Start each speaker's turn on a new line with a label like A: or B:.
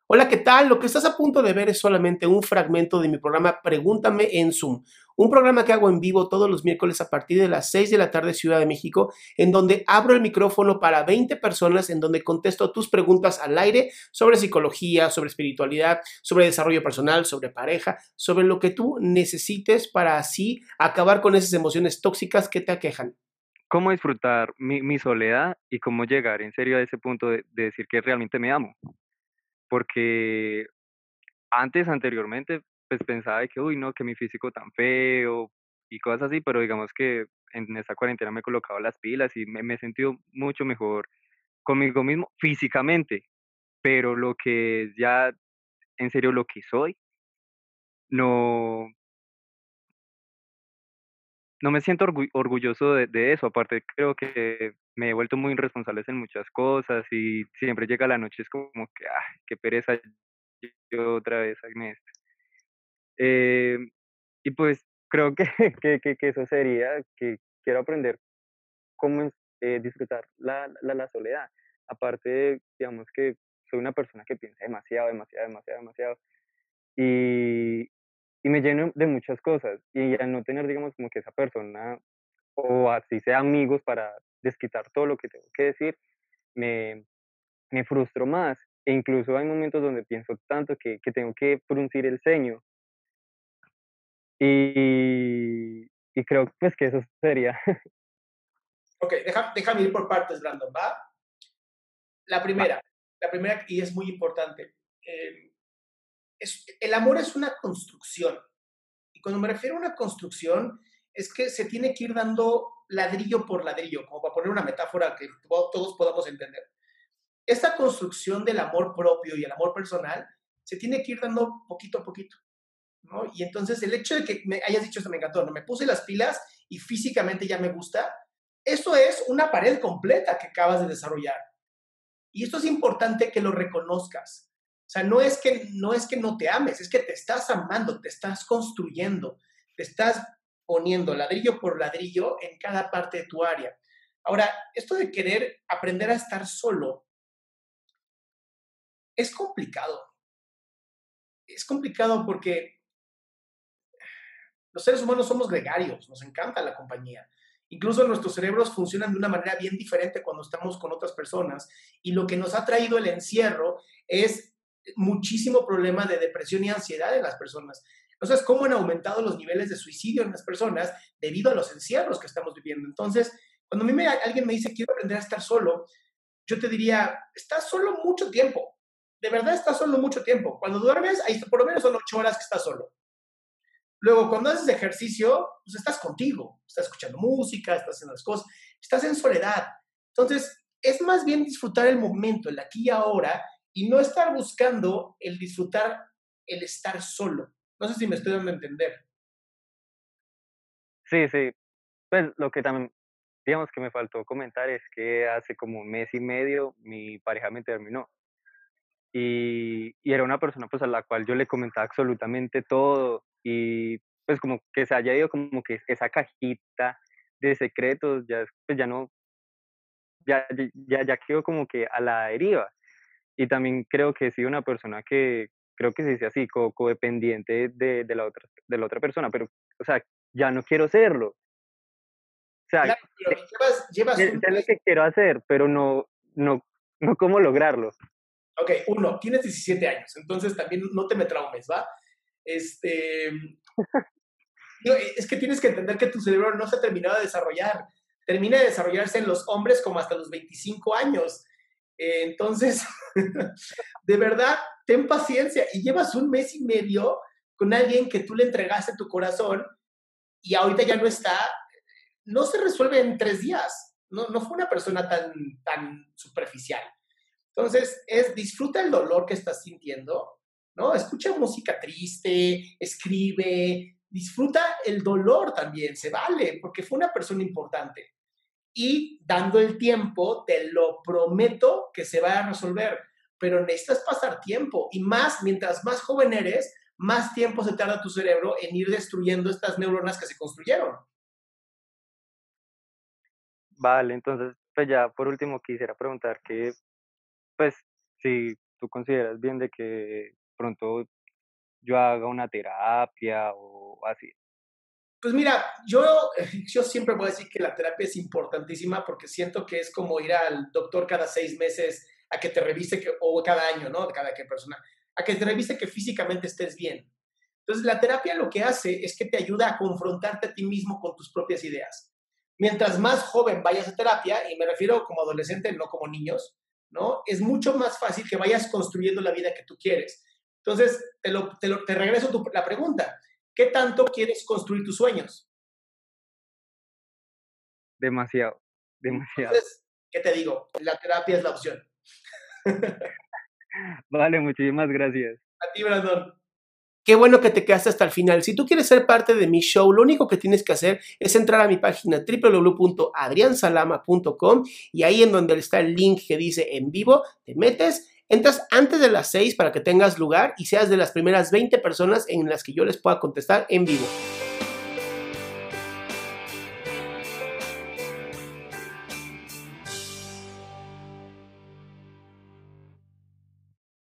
A: Hola, ¿qué tal? Lo que estás a punto de ver es solamente un fragmento de mi programa Pregúntame en Zoom, un programa que hago en vivo todos los miércoles a partir de las 6 de la tarde Ciudad de México, en donde abro el micrófono para 20 personas, en donde contesto tus preguntas al aire sobre psicología, sobre espiritualidad, sobre desarrollo personal, sobre pareja, sobre lo que tú necesites para así acabar con esas emociones tóxicas que te aquejan.
B: Cómo disfrutar mi soledad y cómo llegar en serio a ese punto de decir que realmente me amo. Porque anteriormente, pues pensaba de que, uy, no, que mi físico tan feo y cosas así, pero digamos que en esta cuarentena me he colocado las pilas y me he sentido mucho mejor conmigo mismo físicamente, pero lo que es ya en serio lo que soy, no, no me siento orgulloso de eso. Aparte, creo que me he vuelto muy irresponsable en muchas cosas y siempre llega la noche, es como que, qué pereza yo otra vez en esto. Eh, y pues creo que, que eso sería, que quiero aprender cómo disfrutar la soledad. Aparte, digamos que soy una persona que piensa demasiado, demasiado, demasiado, demasiado. Y, y me lleno de muchas cosas. Y al no tener, digamos, como que esa persona o así sea amigos para desquitar todo lo que tengo que decir, me, me frustro más. E incluso hay momentos donde pienso tanto que tengo que fruncir el ceño. Y creo pues que eso sería.
A: Ok, déjame ir por partes, Brandon, ¿va? La
B: Va.
A: primera, y es muy importante. El amor es una construcción. Y cuando me refiero a una construcción, es que se tiene que ir dando ladrillo por ladrillo, como para poner una metáfora que todos podamos entender. Esta construcción del amor propio y el amor personal se tiene que ir dando poquito a poquito, ¿no? Y entonces el hecho de que me hayas dicho esto me encantó, ¿no? Me puse las pilas y físicamente ya me gusta. Eso es una pared completa que acabas de desarrollar. Y esto es importante que lo reconozcas. O sea, no es que no te ames, es que te estás amando, te estás construyendo, te estás poniendo ladrillo por ladrillo en cada parte de tu área. Ahora, esto de querer aprender a estar solo es complicado. Es complicado porque los seres humanos somos gregarios, nos encanta la compañía. Incluso nuestros cerebros funcionan de una manera bien diferente cuando estamos con otras personas y lo que nos ha traído el encierro es muchísimo problema de depresión y ansiedad en las personas. Entonces, ¿cómo han aumentado los niveles de suicidio en las personas debido a los encierros que estamos viviendo? Entonces, cuando alguien me dice quiero aprender a estar solo, yo te diría, estás solo mucho tiempo. De verdad estás solo mucho tiempo. Cuando duermes, ahí por lo menos son 8 horas que estás solo. Luego, cuando haces ejercicio, pues estás contigo, estás escuchando música, estás haciendo las cosas, estás en soledad. Entonces, es más bien disfrutar el momento, el aquí y ahora, y no estar buscando el disfrutar el estar solo. No sé si me estoy dando a entender.
B: Sí, sí. Pues lo que también, digamos que me faltó comentar es que hace como un mes y medio mi pareja me terminó. Y era una persona pues a la cual yo le comentaba absolutamente todo y pues como que se haya ido como que esa cajita de secretos ya, pues ya no, ya quedó como que a la deriva. Y también creo que he sido una persona que, creo que se dice así, codependiente de la otra persona, pero, o sea, ya no quiero serlo. O sea,
A: Claro, pero llevas un
B: sé lo
A: mes.
B: que quiero hacer, pero no, no cómo lograrlo.
A: Ok, uno, tienes 17 años, entonces también no te me traumes, ¿va? Este, es que tienes que entender que tu cerebro no se ha terminado de desarrollar. Termina de desarrollarse en los hombres como hasta los 25 años. Entonces, de verdad, ten paciencia y llevas un mes y medio con alguien que tú le entregaste tu corazón y ahorita ya no está, no se resuelve en 3 días. No fue una persona tan superficial. Entonces, disfruta el dolor que estás sintiendo, ¿no? Escucha música triste, escribe, disfruta el dolor también, se vale, porque fue una persona importante. Y dando el tiempo, te lo prometo que se va a resolver, pero necesitas pasar tiempo y más, mientras más joven eres, más tiempo se tarda tu cerebro en ir destruyendo estas neuronas que se construyeron.
B: Vale, entonces, pues ya por último quisiera preguntar que, pues, si tú consideras bien de que pronto yo haga una terapia o así?
A: Pues mira, yo siempre voy a decir que la terapia es importantísima porque siento que es como ir al doctor cada 6 meses a que te revise, o cada año, ¿no? Cada que persona, a que te revise que físicamente estés bien. Entonces, la terapia lo que hace es que te ayuda a confrontarte a ti mismo con tus propias ideas. Mientras más joven vayas a terapia, y me refiero como adolescente, no como niños, ¿no? Es mucho más fácil que vayas construyendo la vida que tú quieres. Entonces, te regreso la pregunta. ¿Qué tanto quieres construir tus sueños?
B: Demasiado, demasiado.
A: Entonces, ¿qué te digo? La terapia es la opción.
B: Vale, muchísimas gracias.
A: A ti, Brandon. Qué bueno que te quedaste hasta el final. Si tú quieres ser parte de mi show, lo único que tienes que hacer es entrar a mi página www.adriansalama.com y ahí en donde está el link que dice en vivo, te metes, entras antes de las 6 para que tengas lugar y seas de las primeras 20 personas en las que yo les pueda contestar en vivo.